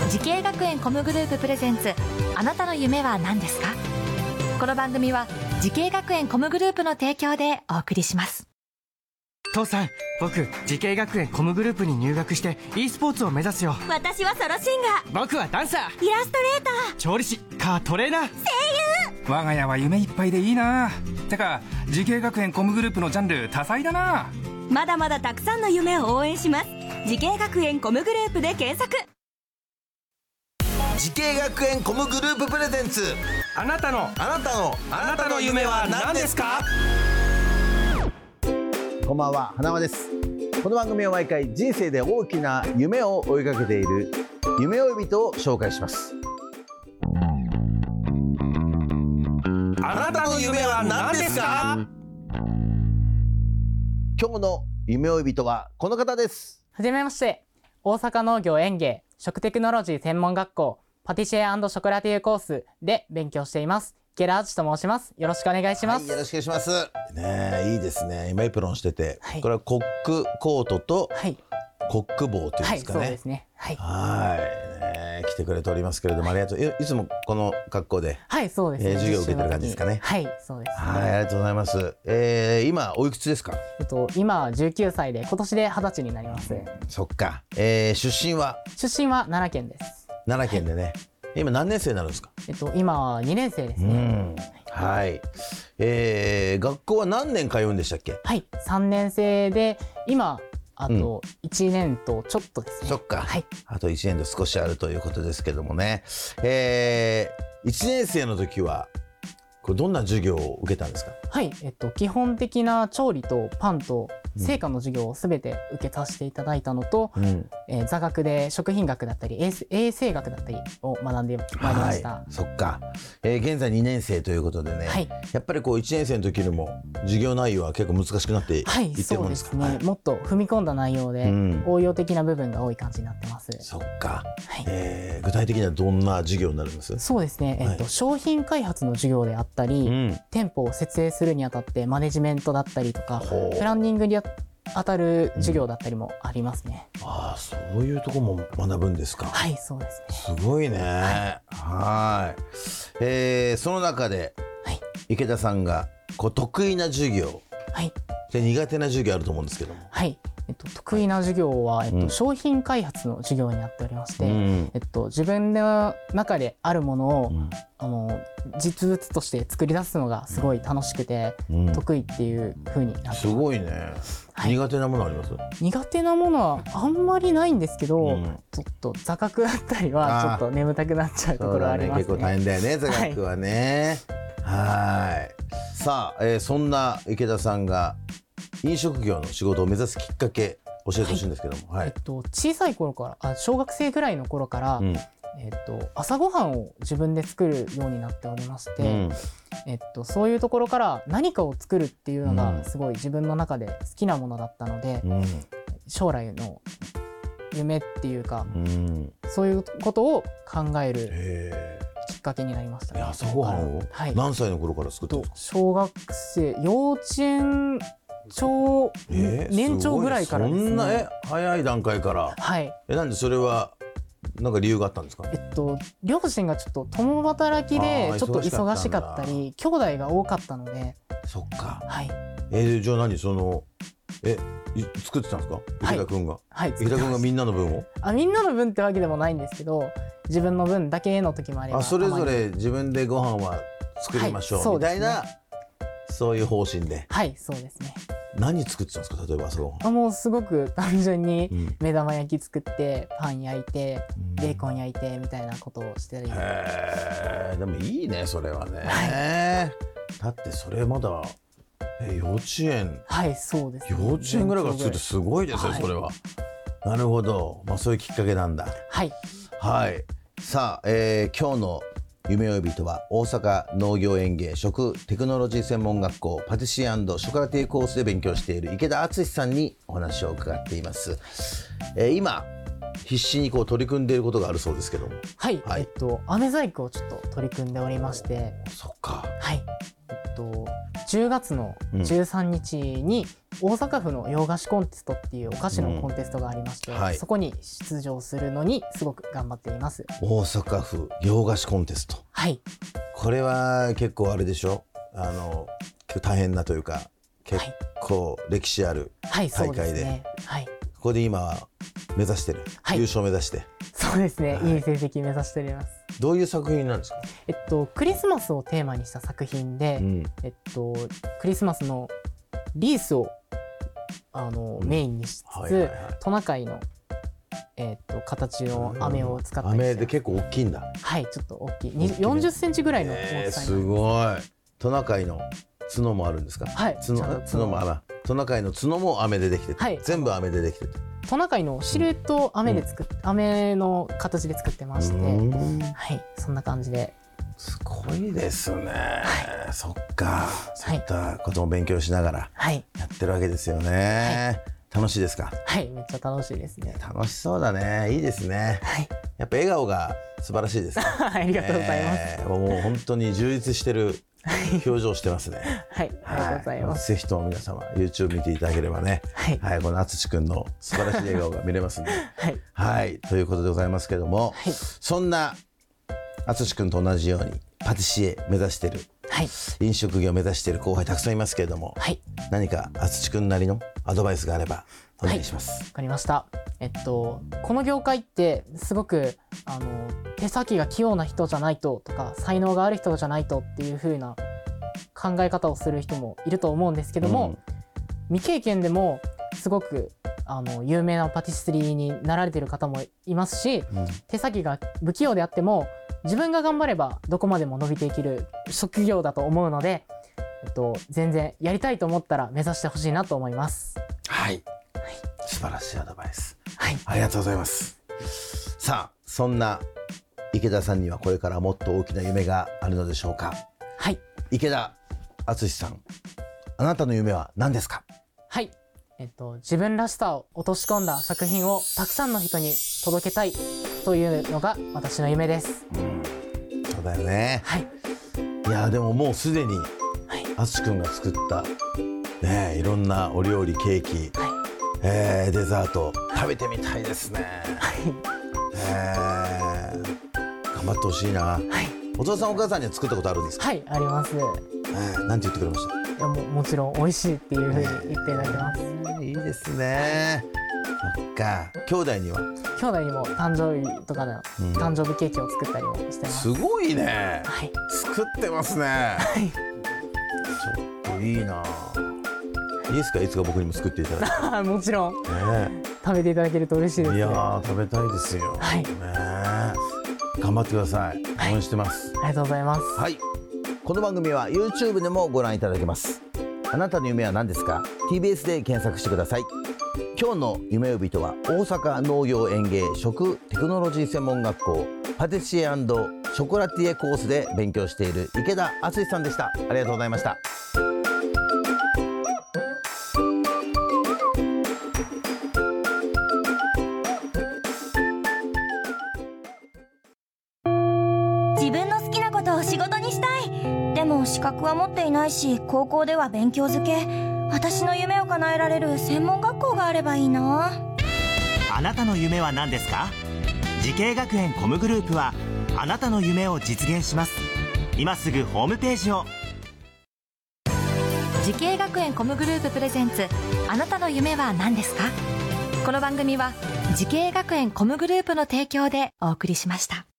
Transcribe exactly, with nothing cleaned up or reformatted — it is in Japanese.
時系学園コムグループプレゼンツ、あなたの夢は何ですか？この番組は時系学園コムグループの提供でお送りします。 父さん、僕時系学園コムグループに入学して e スポーツを目指すよ。 私はソロシンガー、 僕はダンサー、 イラストレーター、 調理師、カートレーナー、声優。我が家は夢いっぱいでいいな。てか時系学園コムグループのジャンル多彩だな。 まだまだたくさんの夢を応援します。時系学園コムグループで検索。 時系学園コムグループプレゼンツ、 あなたのあなたのあなたの夢は何ですか？ こんばんは、花輪です。この番組は毎回人生で大きな夢を追いかけている夢追い人を紹介します。 あなたの夢は何ですか？ 今日の夢追い人はこの方です。 はじめまして。大阪農業園芸食テクノロジー専門学校パティシエ&ショコラティエコースで勉強しています池田敦と申します。よろしくお願いします。 はい、よろしくお願いしますね。えいいですね。今エプロンしてて、 はい、 これはコックコートとコック帽というんですかね。 はい、そうですね。はい、 はいね、来てくれておりますけれども、ありがとう。いつもこの格好で、 はい、そうですね、 えー、授業を受けてる感じですかね。 はい、そうです、ね、 はい、ありがとうございます。えー、今おいくつですか？ えっと今じゅうきゅうさいで、今年ではたちになります。 そっか。えー、出身は？ 出身は奈良県です。 奈良県でね、はい、今何年生になるんですか？ えっと今はにねん生ですね。 うんはい、えー、学校は何年通うんでしたっけ？ はい、さんねん生で、今あといちねんとちょっとですね。 そっか、 はい、 あといちねんと少しあるということですけどもね、えー、いちねん生の時はこれどんな授業を受けたんですか？ はい、えっと、基本的な調理とパンと製菓の授業をすべて受けさせていただいたのと、うん、えー、座学で食品学だったり衛生学だったりを学んでまいりました。 はい、そっか、えー、現在にねん生ということでね、はい、やっぱりこういちねん生の時にも授業内容は結構難しくなっていってるもんですか？はい、そうですね、 はい、もっと踏み込んだ内容で、うん、応用的な部分が多い感じになってます。 そっか、はい、えー、具体的にはどんな授業になるんです？ そうですね、えっと、はい、商品開発の授業であったり、うん、店舗を設営するにあたってマネジメントだったりとか、プランニングに当たる授業だったりもありますね。 うん、ああ、そういうとこも学ぶんですか？ はい、そうですね。すごいね。はい、はい、えー、その中で、はい、池田さんがこう得意な授業、はい、で苦手な授業あると思うんですけども。 はい、えっと、得意な授業は、えっとうん、商品開発の授業になっておりまして、うん、えっと、自分の中であるものを、うん、あの実物として作り出すのがすごい楽しくて、うん、得意っていう風になってます。 すごいね。はい、苦手なものあります？ 苦手なものはあんまりないんですけど、うん、ちょっと座学だったりはちょっと眠たくなっちゃうところはありますね。 そうだね、結構大変だよね、座学はね。はい、はいさあ、えー、そんな池田さんが飲食業の仕事を目指すきっかけ教えてほしいんですけども。はいはい、えっと、 小さい頃からあ小学生ぐらいの頃から、うん、えっと、朝ごはんを自分で作るようになっておりまして、うん、えっと、そういうところから何かを作るっていうのがすごい自分の中で好きなものだったので、うん、将来の夢っていうか、うん、そういうことを考えるきっかけになりましたね。 朝ごはんを何歳の頃から作ってるんですか？ 小学生、幼稚園小、えー、年長ぐらいからですね。 そんなえ早い段階から。はい。えなんでそれはなんか理由があったんですか？ えっと両親がちょっと共働きでちょっと忙しかったり、兄弟が多かったので。 そっか。 はい。 えー、じゃあ何そのえ作ってたんですか？池田君が。はい。池田君がみんなの分を？ あ、みんなの分ってわけでもないんですけど、自分の分だけの時もあれば。 あ、それぞれ自分でご飯は作りましょう、はい、みたいな、そういう方針で。 はい、そうですね。 何作ってたんですか？例えば朝ごはん。 あ、もうすごく単純に目玉焼き作って、パン焼いて、うん、ベーコン焼いてみたいなことをしてる。 へー、でもいいねそれはね。はい、だってそれまだえ幼稚園。 はい、そうです、ね。 幼稚園ぐらいから作るってすごいですよ、はい、それは。なるほど、まあそういうきっかけなんだ。 はい。 はい。さあ、えー、今日の夢追い人は大阪農業園芸食テクノロジー専門学校パティシエ&ショコラティエコースで勉強している池田敦さんにお話を伺っています。えー、今必死にこう取り組んでいることがあるそうですけども。 はい、はい、えっと飴細工をちょっと取り組んでおりまして。 そっか。 はい、えっとじゅうがつのじゅうさんにちに大阪府の洋菓子コンテストっていうお菓子のコンテストがありまして、 うんはい、 そこに出場するのにすごく頑張っています。 大阪府洋菓子コンテスト、 はい、これは結構あれでしょ、あの結構大変なというか結構歴史ある大会で、はい、そうですね、はい、ここで今は目指してる、はい、優勝目指して。 そうですね、はい、いい成績目指しております。 どういう作品なんですか？ えっとクリスマスをテーマにした作品で、うん、えっとクリスマスのリースをあの、うん、メインにしつつ、はいはいはい、トナカイの、えっと形の飴を使ったりして、 飴で結構大きいんだ。 はい、ちょっと大きい、ね、よんじゅっセンチぐらいの大きさになります。 すごい。トナカイの角もあるんですか？ はい、 角角もあトナカイの角も飴でできてて、はい、全部飴でできてて、 トナカイのシルエットを飴で作っ、うん、飴の形で作ってまして、はい、そんな感じで。 すごいですね、はい、そっか、そういったことも勉強しながらやってるわけですよね、はい、楽しいですか？ はい、めっちゃ楽しいですね。 楽しそうだね、いいですね、はい、やっぱ笑顔が素晴らしいですねありがとうございます、えー、 もう本当に充実してる表情してますねはい、ありがとうございます。 ぜひとも皆様 YouTube 見ていただければね、はい、はい、このあつしくんの素晴らしい笑顔が見れますんではい、はい、ということでございますけども、はい、そんなあつしくんと同じようにパティシエ目指してる、はい、飲食業目指してる後輩たくさんいますけれども、はい、何かあつしくんなりのアドバイスがあればお願いします。 はい、わかりました。えっとこの業界ってすごくあの手先が器用な人じゃないととか才能がある人じゃないとっていう風な考え方をする人もいると思うんですけども、うん、未経験でもすごくあの有名なパティスリーになられている方もいますし、うん、手先が不器用であっても自分が頑張ればどこまでも伸びていける職業だと思うので、えっと、全然やりたいと思ったら目指してほしいなと思います。 はい、はい、素晴らしいアドバイス、はい、ありがとうございます。さあ、そんな池田さんにはこれからもっと大きな夢があるのでしょうか？ はい、 池田敦さん、あなたの夢は何ですか？ はい、えっと、自分らしさを落とし込んだ作品をたくさんの人に届けたいというのが私の夢です。 うん、そうだよね。 はい。 いやでももうすでに敦くんが作ったねいろんなお料理、ケーキ、はい、えー、デザート食べてみたいですね。はい。えー、頑張ってほしいな。はい。お父さんお母さんには作ったことあるんですか？ はい、あります。 えー、なんて言ってくれました？ いやももちろん美味しいっていうふうに言っていただいてます。えー、いいですね。そっか。兄弟には？ 兄弟にも誕生日とかの誕生日ケーキを作ったりもしてます。 うん、すごいね。 はい。 作ってますね。はい。ちょっといいな。いいですか？いつか僕にも作っていただいて。 もちろん。ね、食べていただけると嬉しいです、ね。 いやー、食べたいですよ。はい。ね、頑張ってください。応援してます、 はい。ありがとうございます。 はい。この番組は YouTube でもご覧いただけます。あなたの夢は何ですか？ ティービーエス で検索してください。今日の夢呼人は大阪農業園芸食テクノロジー専門学校パティシエ&ショコラティエコースで勉強している池田敦さんでした。ありがとうございました。 自分の好きなことを仕事にしたい。でも資格は持っていないし、高校では勉強づけ。私の夢を叶えられる専門学校があればいいな。 あなたの夢は何ですか？時系学園コムグループはあなたの夢を実現します。今すぐホームページを。 時系学園コムグループプレゼンツ、あなたの夢は何ですか？この番組は時系学園コムグループの提供でお送りしました。